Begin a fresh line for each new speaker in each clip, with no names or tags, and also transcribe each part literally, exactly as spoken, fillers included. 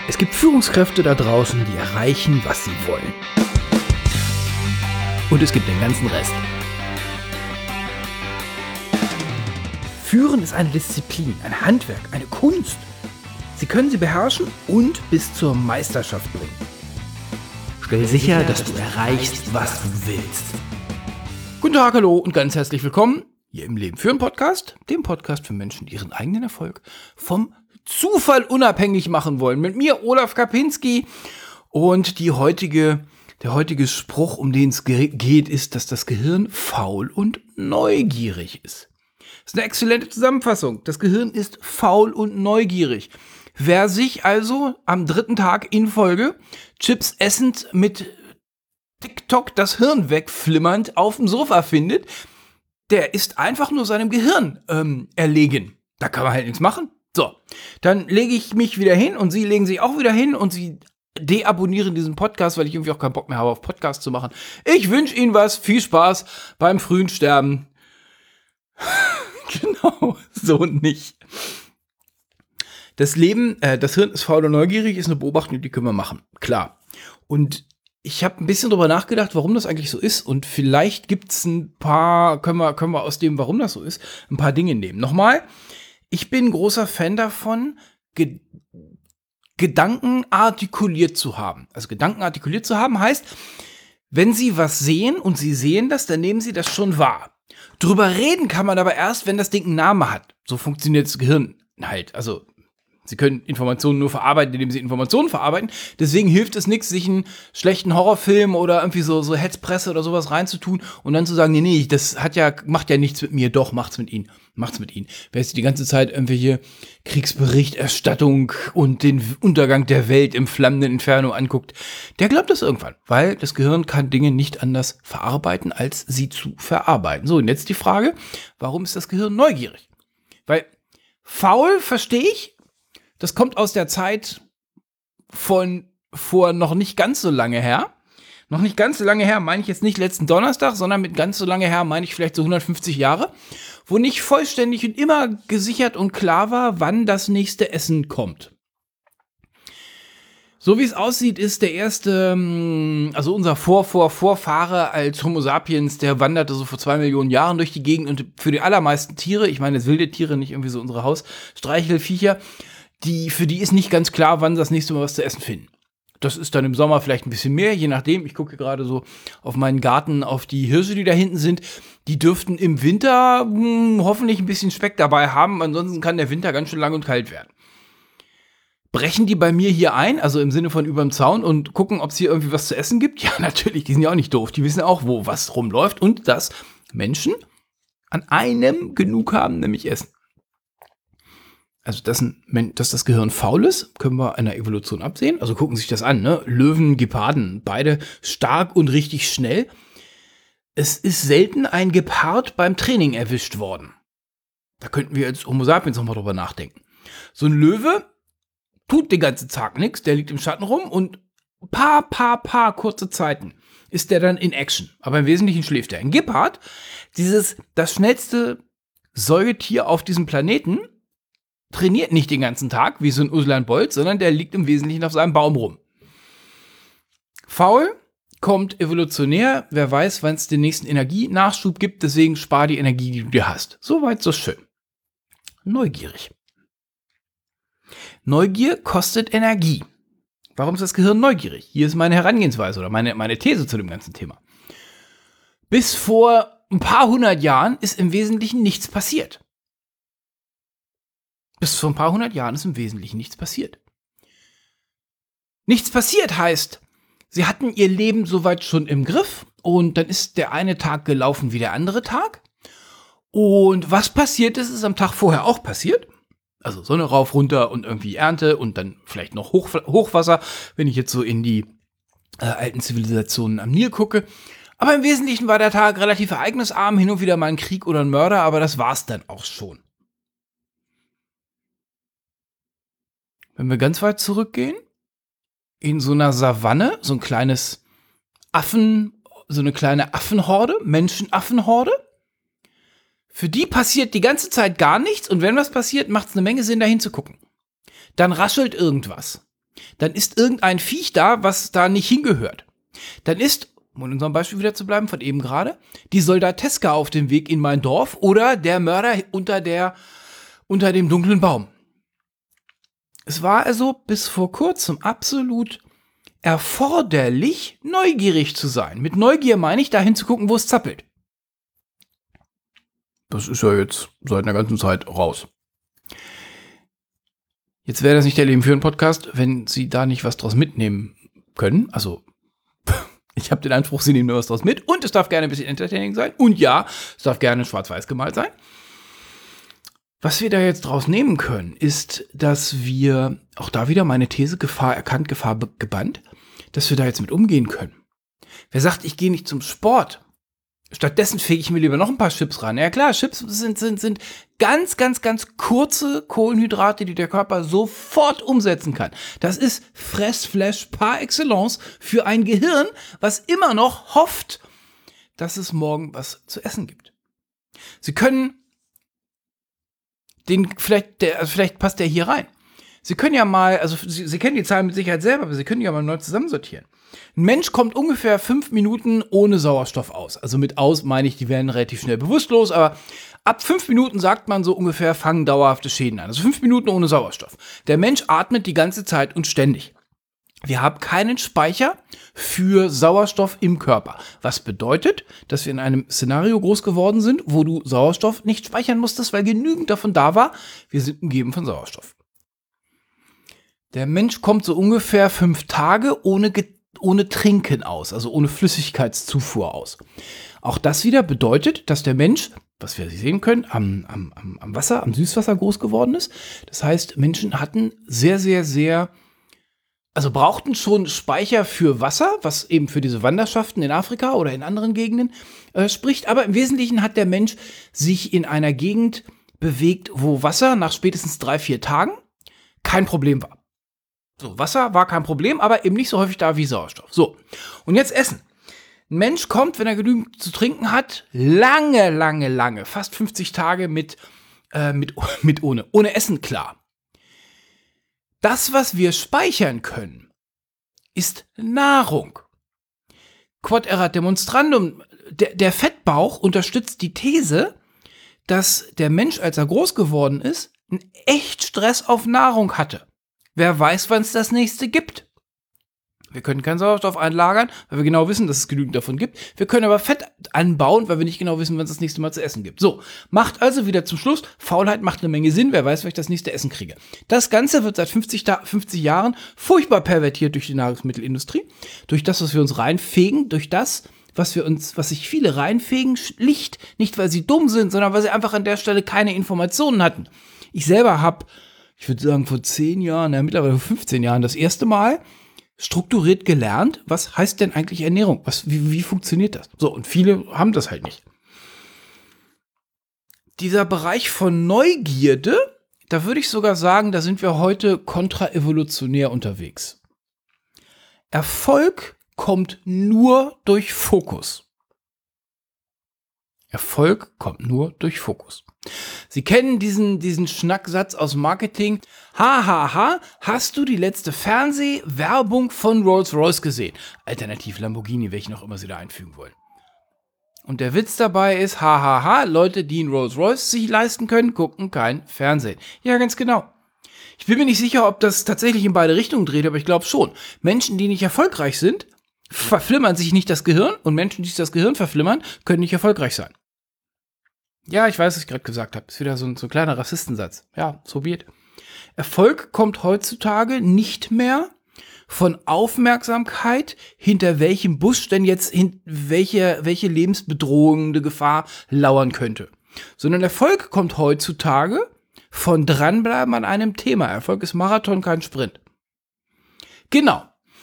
Es gibt Führungskräfte da draußen, die erreichen, was sie wollen. Und es gibt den ganzen Rest. Führen ist eine Disziplin, ein Handwerk, eine Kunst. Sie können sie beherrschen und bis zur Meisterschaft bringen. Stell sicher, dass du erreichst, was du willst. Guten Tag, hallo und ganz herzlich willkommen hier im Leben führen Podcast, dem Podcast für Menschen, die ihren eigenen Erfolg vom Zufall unabhängig machen wollen. Mit mir, Olaf Kapinski, und die heutige, der heutige Spruch, um den es ge- geht, ist, dass das Gehirn faul und neugierig ist. Das ist eine exzellente Zusammenfassung. Das Gehirn ist faul und neugierig. Wer sich also am dritten Tag in Folge Chips essend mit TikTok das Hirn wegflimmernd auf dem Sofa findet, der ist einfach nur seinem Gehirn ähm, erlegen. Da kann man halt nichts machen. So, dann lege ich mich wieder hin und Sie legen sich auch wieder hin und Sie deabonnieren diesen Podcast, weil ich irgendwie auch keinen Bock mehr habe, auf Podcast zu machen. Ich wünsche Ihnen was, viel Spaß beim frühen Sterben. Genau, so nicht. Das Leben, äh, das Hirn ist faul und neugierig, ist eine Beobachtung, die können wir machen, klar. Und ich habe ein bisschen drüber nachgedacht, warum das eigentlich so ist, und vielleicht gibt es ein paar, können wir, können wir aus dem, warum das so ist, ein paar Dinge nehmen. Nochmal, ich bin großer Fan davon, Ge- Gedanken artikuliert zu haben. Also Gedanken artikuliert zu haben heißt, wenn Sie was sehen und Sie sehen das, dann nehmen Sie das schon wahr. Drüber reden kann man aber erst, wenn das Ding einen Namen hat. So funktioniert das Gehirn halt. Also Sie können Informationen nur verarbeiten, indem Sie Informationen verarbeiten. Deswegen hilft es nichts, sich einen schlechten Horrorfilm oder irgendwie so, so Hetzpresse oder sowas reinzutun und dann zu sagen, nee, nee, das hat ja, macht ja nichts mit mir. Doch, macht's mit Ihnen. Macht's mit Ihnen. Wer sich die ganze Zeit irgendwelche Kriegsberichterstattung und den Untergang der Welt im flammenden Inferno anguckt, der glaubt das irgendwann. Weil das Gehirn kann Dinge nicht anders verarbeiten, als sie zu verarbeiten. So, und jetzt die Frage, warum ist das Gehirn neugierig? Weil faul verstehe ich. Das kommt aus der Zeit von vor noch nicht ganz so lange her. Noch nicht ganz so lange her meine ich jetzt nicht letzten Donnerstag, sondern mit ganz so lange her meine ich vielleicht so hundertfünfzig Jahre, wo nicht vollständig und immer gesichert und klar war, wann das nächste Essen kommt. So wie es aussieht, ist der erste, also unser Vor-Vor-Vorfahre als Homo sapiens, der wanderte so vor zwei Millionen Jahren durch die Gegend, und für die allermeisten Tiere, ich meine jetzt wilde Tiere, nicht irgendwie so unsere Hausstreichelviecher, Die, für die ist nicht ganz klar, wann sie das nächste Mal was zu essen finden. Das ist dann im Sommer vielleicht ein bisschen mehr, je nachdem. Ich gucke gerade so auf meinen Garten, auf die Hirsche, die da hinten sind. Die dürften im Winter mh, hoffentlich ein bisschen Speck dabei haben. Ansonsten kann der Winter ganz schön lang und kalt werden. Brechen die bei mir hier ein, also im Sinne von überm Zaun, und gucken, ob es hier irgendwie was zu essen gibt? Ja, natürlich, die sind ja auch nicht doof. Die wissen auch, wo was rumläuft und dass Menschen an einem genug haben, nämlich Essen. Also, dass, ein, dass das Gehirn faul ist, können wir an der Evolution absehen. Also gucken Sie sich das an, ne? Löwen, Geparden, beide stark und richtig schnell. Es ist selten ein Gepard beim Training erwischt worden. Da könnten wir als Homo sapiens nochmal drüber nachdenken. So ein Löwe tut den ganzen Tag nichts, der liegt im Schatten rum, und paar, paar, paar kurze Zeiten ist der dann in Action. Aber im Wesentlichen schläft er. Ein Gepard, dieses, das schnellste Säugetier auf diesem Planeten, trainiert nicht den ganzen Tag, wie so ein Usain Bolt, sondern der liegt im Wesentlichen auf seinem Baum rum. Faul kommt evolutionär, wer weiß, wann es den nächsten Energienachschub gibt, deswegen spar die Energie, die du dir hast. Soweit so schön. Neugierig. Neugier kostet Energie. Warum ist das Gehirn neugierig? Hier ist meine Herangehensweise oder meine, meine These zu dem ganzen Thema. Bis vor ein paar hundert Jahren ist im Wesentlichen nichts passiert. Bis vor ein paar hundert Jahren ist im Wesentlichen nichts passiert. Nichts passiert heißt, sie hatten ihr Leben soweit schon im Griff, und dann ist der eine Tag gelaufen wie der andere Tag. Und was passiert ist, ist am Tag vorher auch passiert. Also Sonne rauf, runter und irgendwie Ernte und dann vielleicht noch Hoch, Hochwasser, wenn ich jetzt so in die äh, alten Zivilisationen am Nil gucke. Aber im Wesentlichen war der Tag relativ ereignisarm, hin und wieder mal ein Krieg oder ein Mörder, aber das war's dann auch schon. Wenn wir ganz weit zurückgehen, in so einer Savanne, so ein kleines Affen, so eine kleine Affenhorde, Menschenaffenhorde, für die passiert die ganze Zeit gar nichts, und wenn was passiert, macht es eine Menge Sinn, da hinzugucken. Dann raschelt irgendwas. dann ist irgendein Viech da, was da nicht hingehört. Dann ist, um in unserem Beispiel wieder zu bleiben, von eben gerade, die Soldateska auf dem Weg in mein Dorf oder der Mörder unter, der, unter dem dunklen Baum. Es war also bis vor kurzem absolut erforderlich, neugierig zu sein. Mit Neugier meine ich, dahin zu gucken, wo es zappelt. Das ist ja jetzt seit einer ganzen Zeit raus. Jetzt wäre das nicht der Leben führen Podcast, wenn Sie da nicht was draus mitnehmen können. Also, ich habe den Anspruch, Sie nehmen nur was draus mit. Und es darf gerne ein bisschen entertaining sein. Und ja, es darf gerne schwarz-weiß gemalt sein. Was wir da jetzt draus nehmen können, ist, dass wir, auch da wieder meine These, Gefahr erkannt, Gefahr gebannt, dass wir da jetzt mit umgehen können. Wer sagt, ich gehe nicht zum Sport? Stattdessen fege ich mir lieber noch ein paar Chips ran. Ja klar, Chips sind, sind, sind ganz, ganz, ganz kurze Kohlenhydrate, die der Körper sofort umsetzen kann. Das ist Fressflash par excellence für ein Gehirn, was immer noch hofft, dass es morgen was zu essen gibt. Sie können den, vielleicht, der, also vielleicht passt der hier rein. Sie können ja mal, also Sie, Sie kennen die Zahlen mit Sicherheit selber, aber Sie können die ja mal neu zusammensortieren. Ein Mensch kommt ungefähr fünf Minuten ohne Sauerstoff aus. Also mit aus meine ich, die werden relativ schnell bewusstlos, aber ab fünf Minuten sagt man so ungefähr, fangen dauerhafte Schäden an. Also fünf Minuten ohne Sauerstoff. Der Mensch atmet die ganze Zeit und ständig. Wir haben keinen Speicher für Sauerstoff im Körper. Was bedeutet, dass wir in einem Szenario groß geworden sind, wo du Sauerstoff nicht speichern musstest, weil genügend davon da war. Wir sind umgeben von Sauerstoff. Der Mensch kommt so ungefähr fünf Tage ohne, ohne Trinken aus, also ohne Flüssigkeitszufuhr aus. Auch das wieder bedeutet, dass der Mensch, was wir sehen können, am, am, am Wasser, am Süßwasser groß geworden ist. Das heißt, Menschen hatten sehr, sehr, sehr, also brauchten schon Speicher für Wasser, was eben für diese Wanderschaften in Afrika oder in anderen Gegenden äh, spricht. Aber im Wesentlichen hat der Mensch sich in einer Gegend bewegt, wo Wasser nach spätestens drei, vier Tagen kein Problem war. So, Wasser war kein Problem, aber eben nicht so häufig da wie Sauerstoff. So, und jetzt Essen. Ein Mensch kommt, wenn er genügend zu trinken hat, lange, lange, lange, fast fünfzig Tage mit, äh, mit, mit ohne, ohne Essen klar. Das, was wir speichern können, ist Nahrung. Quod erat demonstrandum. Der, der Fettbauch unterstützt die These, dass der Mensch, als er groß geworden ist, einen echt Stress auf Nahrung hatte. Wer weiß, wann es das nächste gibt. Wir können keinen Sauerstoff einlagern, weil wir genau wissen, dass es genügend davon gibt. Wir können aber Fett anbauen, weil wir nicht genau wissen, wann es das nächste Mal zu essen gibt. So, macht also wieder zum Schluss, Faulheit macht eine Menge Sinn, wer weiß, wann ich das nächste Essen kriege. Das Ganze wird seit fünfzig, fünfzig Jahren furchtbar pervertiert durch die Nahrungsmittelindustrie, durch das, was wir uns reinfegen, durch das, was wir uns, was sich viele reinfegen, schlicht nicht, weil sie dumm sind, sondern weil sie einfach an der Stelle keine Informationen hatten. Ich selber habe, ich würde sagen, vor zehn Jahren, ja, mittlerweile vor fünfzehn Jahren, das erste Mal strukturiert gelernt, was heißt denn eigentlich Ernährung? Was, wie, wie funktioniert das? So, und viele haben das halt nicht. Dieser Bereich von Neugierde, da würde ich sogar sagen, da sind wir heute kontraevolutionär unterwegs. Erfolg kommt nur durch Fokus. Erfolg kommt nur durch Fokus. Sie kennen diesen, diesen Schnacksatz aus Marketing. Ha, ha, ha, hast du die letzte Fernsehwerbung von Rolls-Royce gesehen? Alternativ Lamborghini, welchen auch immer Sie da einfügen wollen. Und der Witz dabei ist, ha, ha, ha, Leute, die einen Rolls-Royce sich leisten können, gucken kein Fernsehen. Ja, ganz genau. Ich bin mir nicht sicher, ob das tatsächlich in beide Richtungen dreht, aber ich glaube schon. Menschen, die nicht erfolgreich sind, verflimmern sich nicht das Gehirn und Menschen, die sich das Gehirn verflimmern, können nicht erfolgreich sein. Ja, ich weiß, was ich gerade gesagt habe. Ist wieder so ein, so ein kleiner Rassistensatz. Ja, so wird. Erfolg kommt heutzutage nicht mehr von Aufmerksamkeit, hinter welchem Busch denn jetzt hin, welche, welche lebensbedrohende Gefahr lauern könnte. Sondern Erfolg kommt heutzutage von dranbleiben an einem Thema. Erfolg ist Marathon, kein Sprint. Genau.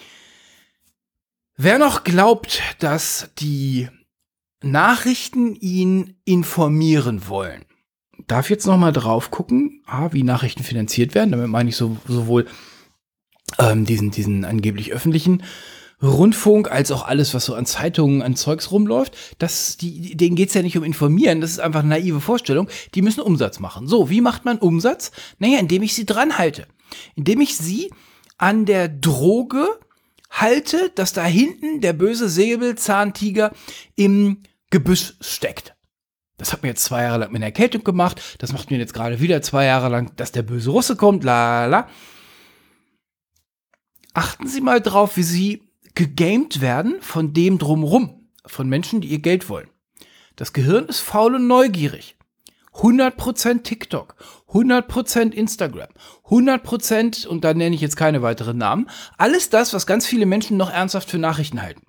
Wer noch glaubt, dass die Nachrichten ihn informieren wollen, darf jetzt noch mal drauf gucken, ah, wie Nachrichten finanziert werden. Damit meine ich so, sowohl ähm, diesen, diesen angeblich öffentlichen Rundfunk, als auch alles, was so an Zeitungen, an Zeugs rumläuft. Das, die, denen geht's ja nicht um Informieren, das ist einfach eine naive Vorstellung. Die müssen Umsatz machen. So, wie macht man Umsatz? Naja, indem ich sie dran halte. Indem ich sie an der Droge halte, dass da hinten der böse Säbelzahntiger im Gebüsch steckt. Das hat mir jetzt zwei Jahre lang mit einer Erkältung gemacht. Das macht mir jetzt gerade wieder zwei Jahre lang, dass der böse Russe kommt. La la. Achten Sie mal drauf, wie Sie gegamed werden von dem drumrum, von Menschen, die ihr Geld wollen. Das Gehirn ist faul und neugierig. hundert Prozent TikTok, hundert Prozent Instagram, hundert Prozent, und da nenne ich jetzt keine weiteren Namen, alles das, was ganz viele Menschen noch ernsthaft für Nachrichten halten.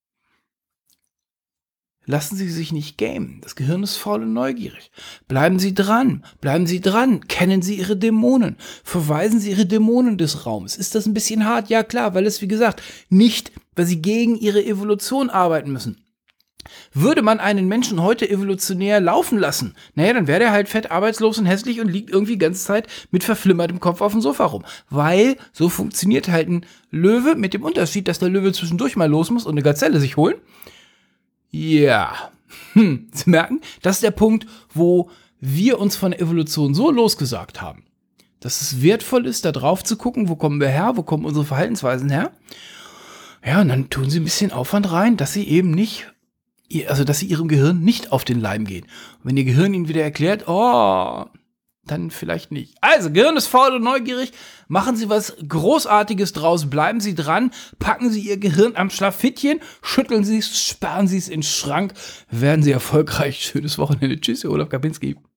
Lassen Sie sich nicht gamen. Das Gehirn ist faul und neugierig. Bleiben Sie dran. Bleiben Sie dran. Kennen Sie Ihre Dämonen. Verweisen Sie Ihre Dämonen des Raums. Ist das ein bisschen hart? Ja, klar, weil es, wie gesagt, nicht, weil Sie gegen Ihre Evolution arbeiten müssen. Würde man einen Menschen heute evolutionär laufen lassen, naja, dann wäre der halt fett, arbeitslos und hässlich und liegt irgendwie die ganze Zeit mit verflimmertem Kopf auf dem Sofa rum. Weil so funktioniert halt ein Löwe, mit dem Unterschied, dass der Löwe zwischendurch mal los muss und eine Gazelle sich holen. Ja, hm, Sie merken, das ist der Punkt, wo wir uns von der Evolution so losgesagt haben, dass es wertvoll ist, da drauf zu gucken, wo kommen wir her, wo kommen unsere Verhaltensweisen her. Ja, und dann tun Sie ein bisschen Aufwand rein, dass Sie eben nicht, also dass Sie Ihrem Gehirn nicht auf den Leim gehen. Und wenn Ihr Gehirn Ihnen wieder erklärt, oh, dann vielleicht nicht. Also, Gehirn ist faul und neugierig. Machen Sie was Großartiges draus. Bleiben Sie dran. Packen Sie Ihr Gehirn am Schlafittchen. Schütteln Sie es, sperren Sie es in den Schrank. Werden Sie erfolgreich. Schönes Wochenende. Tschüss, Ihr Olaf Kapinski.